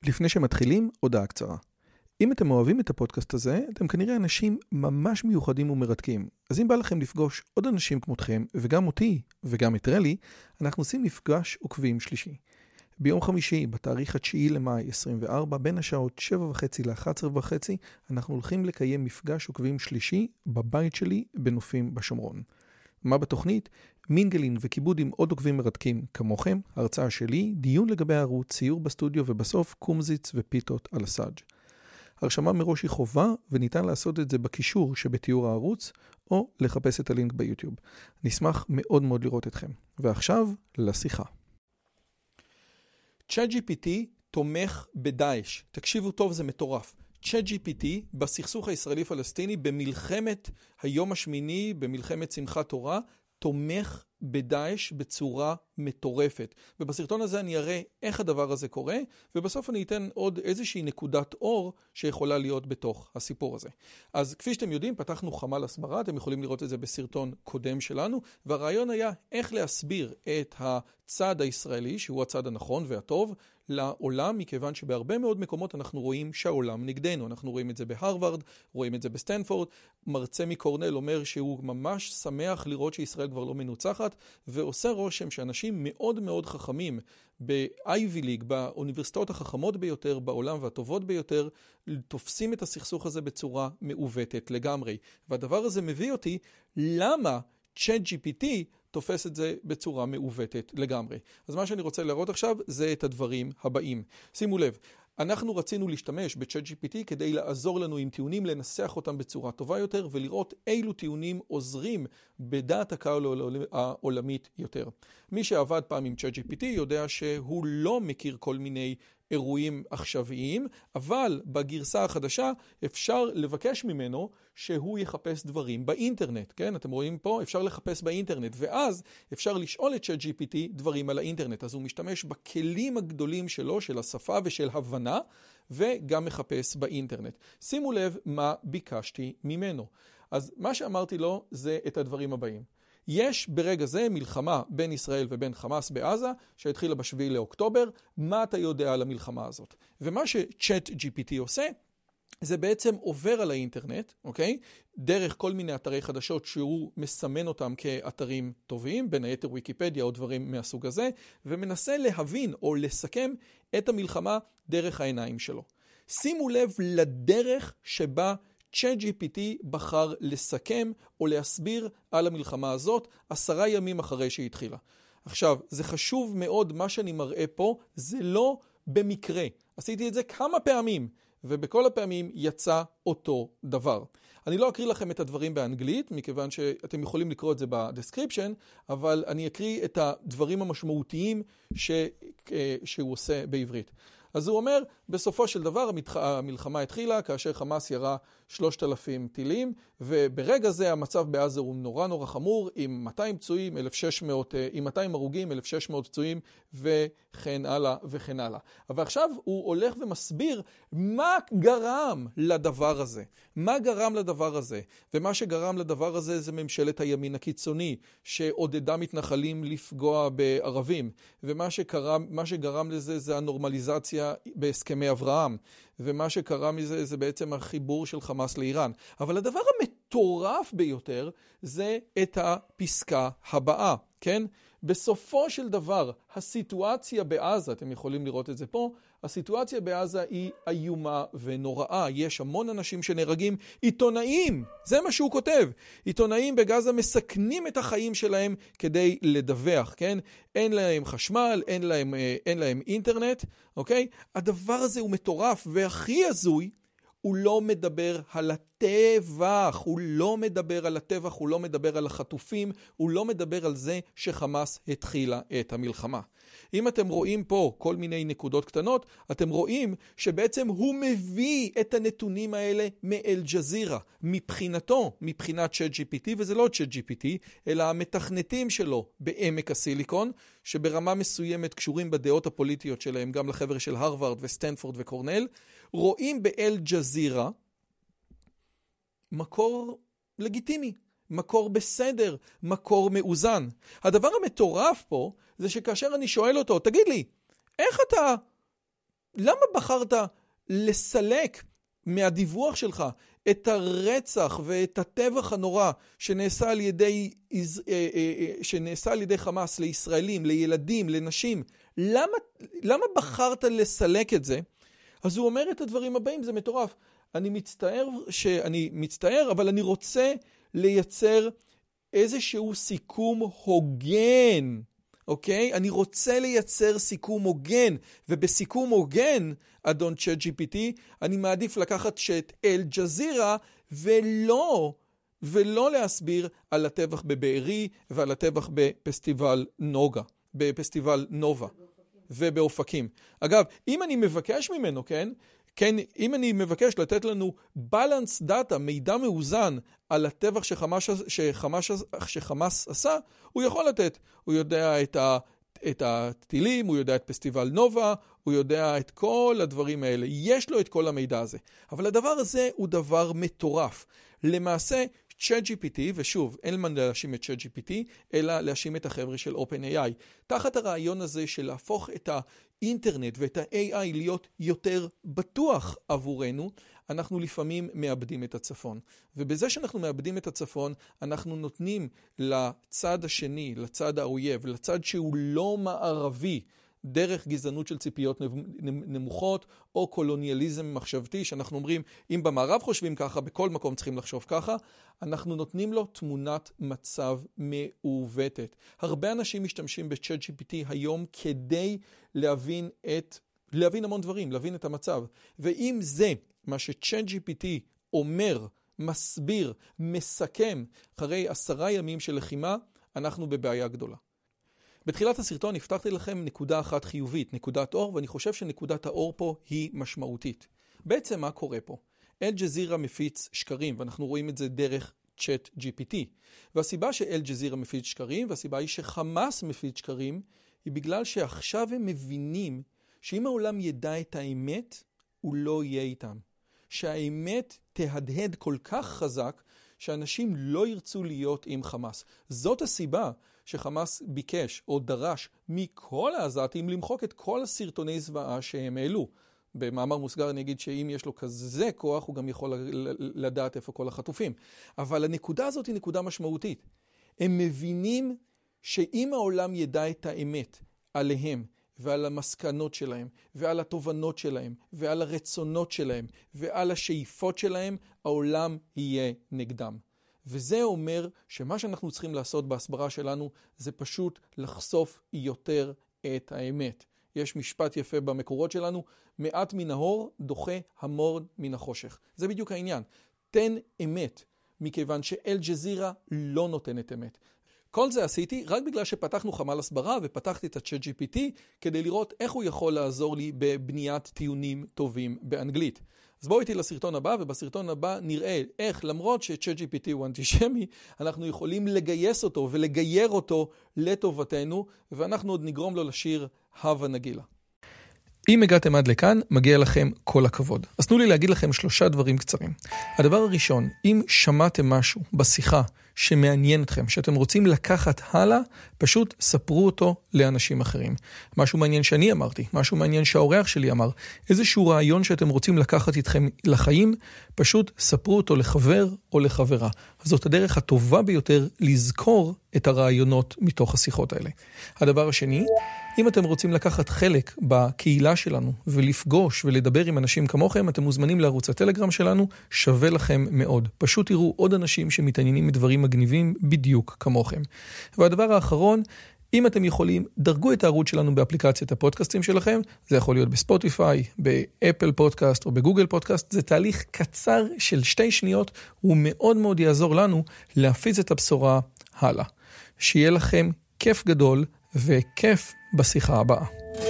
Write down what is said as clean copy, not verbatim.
לפני שמתחילים, הודעה קצרה. אם אתם אוהבים את הפודקאסט הזה, אתם כנראה אנשים ממש מיוחדים ומרתקים. אז אם בא לכם לפגוש עוד אנשים כמותכם, וגם אותי, וגם את רלי, אנחנו עושים מפגש עוקבים שלישי. ביום חמישי, בתאריך 9 למאי 24, בין השעות 7:30 ל-11:30, אנחנו הולכים לקיים מפגש עוקבים שלישי בבית שלי בנופים בשומרון. מה בתוכנית? מינגלין וכיבוד עם עוד עוקבים מרתקים כמוכם, הרצאה שלי, דיון לגבי הערוץ, ציור בסטודיו ובסוף קומזיץ ופיתות על הסאג'. הרשמה מראש היא חובה וניתן לעשות את זה בקישור שבתיאור הערוץ או לחפש את הלינק ביוטיוב. נשמח מאוד מאוד לראות אתכם. ועכשיו לשיחה. ChatGPT תומך בדאעש. תקשיבו טוב, זה מטורף. ChatGPT בסכסוך הישראלי-פלסטיני במלחמת היום השמיני, במלחמת שמחת תורה, תומך בדאעש בצורה מטורפת. ובסרטון הזה אני אראה איך הדבר הזה קורה, ובסוף אני אתן עוד איזושהי נקודת אור שיכולה להיות בתוך הסיפור הזה. אז כפי שאתם יודעים, פתחנו חמ"ל הסברה, אתם יכולים לראות את זה בסרטון קודם שלנו, והרעיון היה איך להסביר את הצד הישראלי, שהוא הצד הנכון והטוב, לעולם, מכיוון שבהרבה מאוד מקומות אנחנו רואים שהעולם נגדנו. אנחנו רואים את זה בהרווארד, רואים את זה בסטנפורד. מרצה מקורנל אומר שהוא ממש שמח לראות שישראל כבר לא מנוצחת, ועושה רושם שאנשים מאוד מאוד חכמים ב-Ivy League, באוניברסיטאות החכמות ביותר בעולם והטובות ביותר, תופסים את הסכסוך הזה בצורה מעוותת לגמרי. והדבר הזה מביא אותי, למה ChatGPT תופס את זה בצורה מעוותת לגמרי. אז מה שאני רוצה להראות עכשיו זה את הדברים הבאים. שימו לב, אנחנו רצינו להשתמש ב-ChatGPT כדי לעזור לנו עם טיעונים, לנסח אותם בצורה טובה יותר ולראות אילו טיעונים עוזרים בדעת הקהל העולמית יותר. מי שעבד פעם עם ChatGPT יודע שהוא לא מכיר כל מיני אירועים עכשוויים, אבל בגרסה החדשה אפשר לבקש ממנו שהוא יחפש דברים באינטרנט, כן? אתם רואים פה, אפשר לחפש באינטרנט, ואז אפשר לשאול את ChatGPT דברים על האינטרנט, אז הוא משתמש בכלים הגדולים שלו, של השפה ושל הבנה, וגם מחפש באינטרנט. שימו לב מה ביקשתי ממנו. אז מה שאמרתי לו זה את הדברים הבאים. יש ברגע זה מלחמה בין ישראל ובין חמאס בעזה, שהתחילה ב7 לאוקטובר. מה אתה יודע על המלחמה הזאת? ומה ש-ChatGPT עושה, זה בעצם עובר על האינטרנט, אוקיי? דרך כל מיני אתרי חדשות שהוא מסמן אותם כאתרים טובים, בין היתר ויקיפדיה או דברים מהסוג הזה, ומנסה להבין או לסכם את המלחמה דרך העיניים שלו. שימו לב לדרך שבה ChatGPT בחר לסכם או להסביר על המלחמה הזאת 10 ימים אחרי שהיא התחילה. עכשיו, זה חשוב מאוד, מה שאני מראה פה, זה לא במקרה. עשיתי את זה כמה פעמים, ובכל הפעמים יצא אותו דבר. אני לא אקריא לכם את הדברים באנגלית, מכיוון שאתם יכולים לקרוא את זה בדסקריפשן, אבל אני אקריא את הדברים המשמעותיים שהוא עושה בעברית. אז הוא אומר, בסופו של דבר המלחמה התחילה כאשר חמאס ירה 3,000 טילים, וברגע זה המצב בעזה הוא נורא נורא חמור, עם 200 פצועים, 1,600, עם 200 הרוגים, 1,600 פצועים, וכן הלאה וכן הלאה. אבל עכשיו הוא הולך ומסביר מה גרם לדבר הזה. מה גרם לדבר הזה? ומה שגרם לדבר הזה זה ממשלת הימין הקיצוני, שעודדה מתנחלים לפגוע בערבים. ומה שגרם לזה זה הנורמליזציה בהסכמי אברהם. ומה שקרה מזה זה בעצם החיבור של חמאס לאיראן. אבל הדבר המטורף ביותר זה את הפסקה הבאה, כן? בסופו של דבר, הסיטואציה בעזה, אתם יכולים לראות את זה פה, הסיטואציה בעזה היא איומה ונוראה. יש המון אנשים שנהרגים, עיתונאים, זה מה שהוא כותב. עיתונאים בגזה מסכנים את החיים שלהם כדי לדווח, כן? אין להם חשמל, אין להם אינטרנט, אוקיי? הדבר הזה הוא מטורף, והכי הזוי, הוא לא מדבר על הטבח, הוא לא מדבר על הטבח, הוא לא מדבר על החטופים, הוא לא מדבר על זה שחמאס התחילה את המלחמה. אם אתם רואים פה כל מיני נקודות קטנות, אתם רואים שבעצם הוא מביא את הנתונים האלה מאל-ג'זירה, מבחינתו, מבחינת ChatGPT, וזה לא ChatGPT, אלא המתכנתים שלו בעמק הסיליקון, שברמה מסוימת קשורים בדעות הפוליטיות שלהם, גם לחבר של הרווארד וסטנפורד וקורנל, רואים באל-ג'זירה מקור לגיטימי, מקור בסדר, מקור מאוזן. הדבר המטורף פה זה שכאשר אני שואל אותו, תגיד לי, איך אתה למה בחרת לסלק מהדיווח שלך את הרצח ואת הטבח הנורא שנעשה על ידי חמאס לישראלים, לילדים, לנשים? למה בחרת לסלק את זה? אז הוא אומר את הדברים הבאים, זה מטורף. אני מצטער, אבל אני רוצה לייצר איזשהו סיכום הוגן. אוקיי? אני רוצה לייצר סיכום הוגן, ובסיכום הוגן, אדון ChatGPT, אני מעדיף לקחת את אל-ג'זירה ולא להסביר על הטבח בבארי ועל הטבח בפסטיבל נובה ובאופקים. אגב, אם אני מבקש ממנו, כן, אם אני מבקש לתת לנו balance data, מידע מאוזן על הטבח שחמאס עשה, הוא יכול לתת. הוא יודע את הטילים, הוא יודע את פסטיבל נובה, הוא יודע את כל הדברים האלה. יש לו את כל המידע הזה. אבל הדבר הזה הוא דבר מטורף. למעשה, ChatGPT, ושוב, אין מה להאשים את ChatGPT, אלא להאשים את החבר'ה של OpenAI. תחת הרעיון הזה של להפוך את האינטרנט ואת ה-AI להיות יותר בטוח עבורנו, אנחנו לפעמים מאבדים את הצפון. ובזה שאנחנו מאבדים את הצפון, אנחנו נותנים לצד השני, לצד האויב, לצד שהוא לא מערבי, דרך גזענות של ציפיות נמוכות, או קולוניאליזם מחשבתי, שאנחנו אומרים, אם במערב חושבים ככה, בכל מקום צריכים לחשוב ככה, אנחנו נותנים לו תמונת מצב מעוותת. הרבה אנשים משתמשים ב-ChatGPT היום כדי להבין המון דברים, להבין את המצב. ואם זה מה ש-ChatGPT אומר, מסביר, מסכם, אחרי 10 ימים של לחימה, אנחנו בבעיה גדולה. בתחילת הסרטון הבטחתי לכם נקודה אחת חיובית, נקודת אור, ואני חושב שנקודת האור פה היא משמעותית. בעצם מה קורה פה? אל-ג'זירה מפיץ שקרים, ואנחנו רואים את זה דרך ChatGPT. והסיבה שאל-ג'זירה מפיץ שקרים, והסיבה היא שחמאס מפיץ שקרים, היא בגלל שעכשיו הם מבינים שאם העולם ידע את האמת, הוא לא יהיה איתם. שהאמת תהדהד כל כך חזק, שאנשים לא ירצו להיות עם חמאס. זאת הסיבה שחמאס ביקש או דרש מכל העזתים למחוק את כל הסרטוני זוועה שהם העלו. במאמר מוסגר אני אגיד שאם יש לו כזה כוח, הוא גם יכול לדעת איפה כל החטופים. אבל הנקודה הזאת היא נקודה משמעותית. הם מבינים שאם העולם ידע את האמת עליהם, ועל המסקנות שלהם, ועל התובנות שלהם, ועל הרצונות שלהם, ועל השאיפות שלהם, העולם יהיה נגדם. וזה אומר שמה שאנחנו צריכים לעשות בהסברה שלנו, זה פשוט לחשוף יותר את האמת. יש משפט יפה במקורות שלנו, מעט מן האור דוחה המון מן החושך. זה בדיוק העניין. תן אמת, מכיוון שאל-ג'זירה לא נותנת אמת. כל זה עשיתי רק בגלל שפתחנו חמ"ל הסברה ופתחתי את ה-ChatGPT כדי לראות איך הוא יכול לעזור לי בבניית טיעונים טובים באנגלית. אז בואו איתי לסרטון הבא, ובסרטון הבא נראה איך למרות ש-ChatGPT הוא אנטישמי, אנחנו יכולים לגייס אותו ולגייר אותו לטובתנו, ואנחנו עוד נגרום לו לשיר הווה נגילה. אם הגעתם עד לכאן, מגיע לכם כל הכבוד. אז תנו לי להגיד לכם 3 דברים קצרים. הדבר הראשון, אם שמעתם משהו בשיחה שמעניין אתכם, שאתם רוצים לקחת הלאה, פשוט ספרו אותו לאנשים אחרים. משהו מעניין שאני אמרתי, משהו מעניין שהאורח שלי אמר, איזשהו רעיון שאתם רוצים לקחת איתכם לחיים, פשוט ספרו אותו לחבר או לחברה. זאת הדרך הטובה ביותר לזכור את הרעיונות מתוך השיחות האלה. הדבר השני, אם אתם רוצים לקחת חלק בקהילה שלנו ולפגוש ולדבר עם אנשים כמוכם, אתם מוזמנים לערוץ הטלגרם שלנו, שווה לכם מאוד. פשוט תראו עוד אנשים שמתעניינים מדברים מגניבים בדיוק כמוכם. והדבר האחרון, אם אתם יכולים, דרגו את הערוץ שלנו באפליקציית הפודקאסטים שלכם, זה יכול להיות בספוטיפיי, באפל פודקאסט או בגוגל פודקאסט, זה תהליך קצר של 2 שניות, הוא מאוד מאוד יעזור לנו להפיץ את הבשורה הלאה. שיהיה לכם כיף גדול וכיף בשיחה הבאה.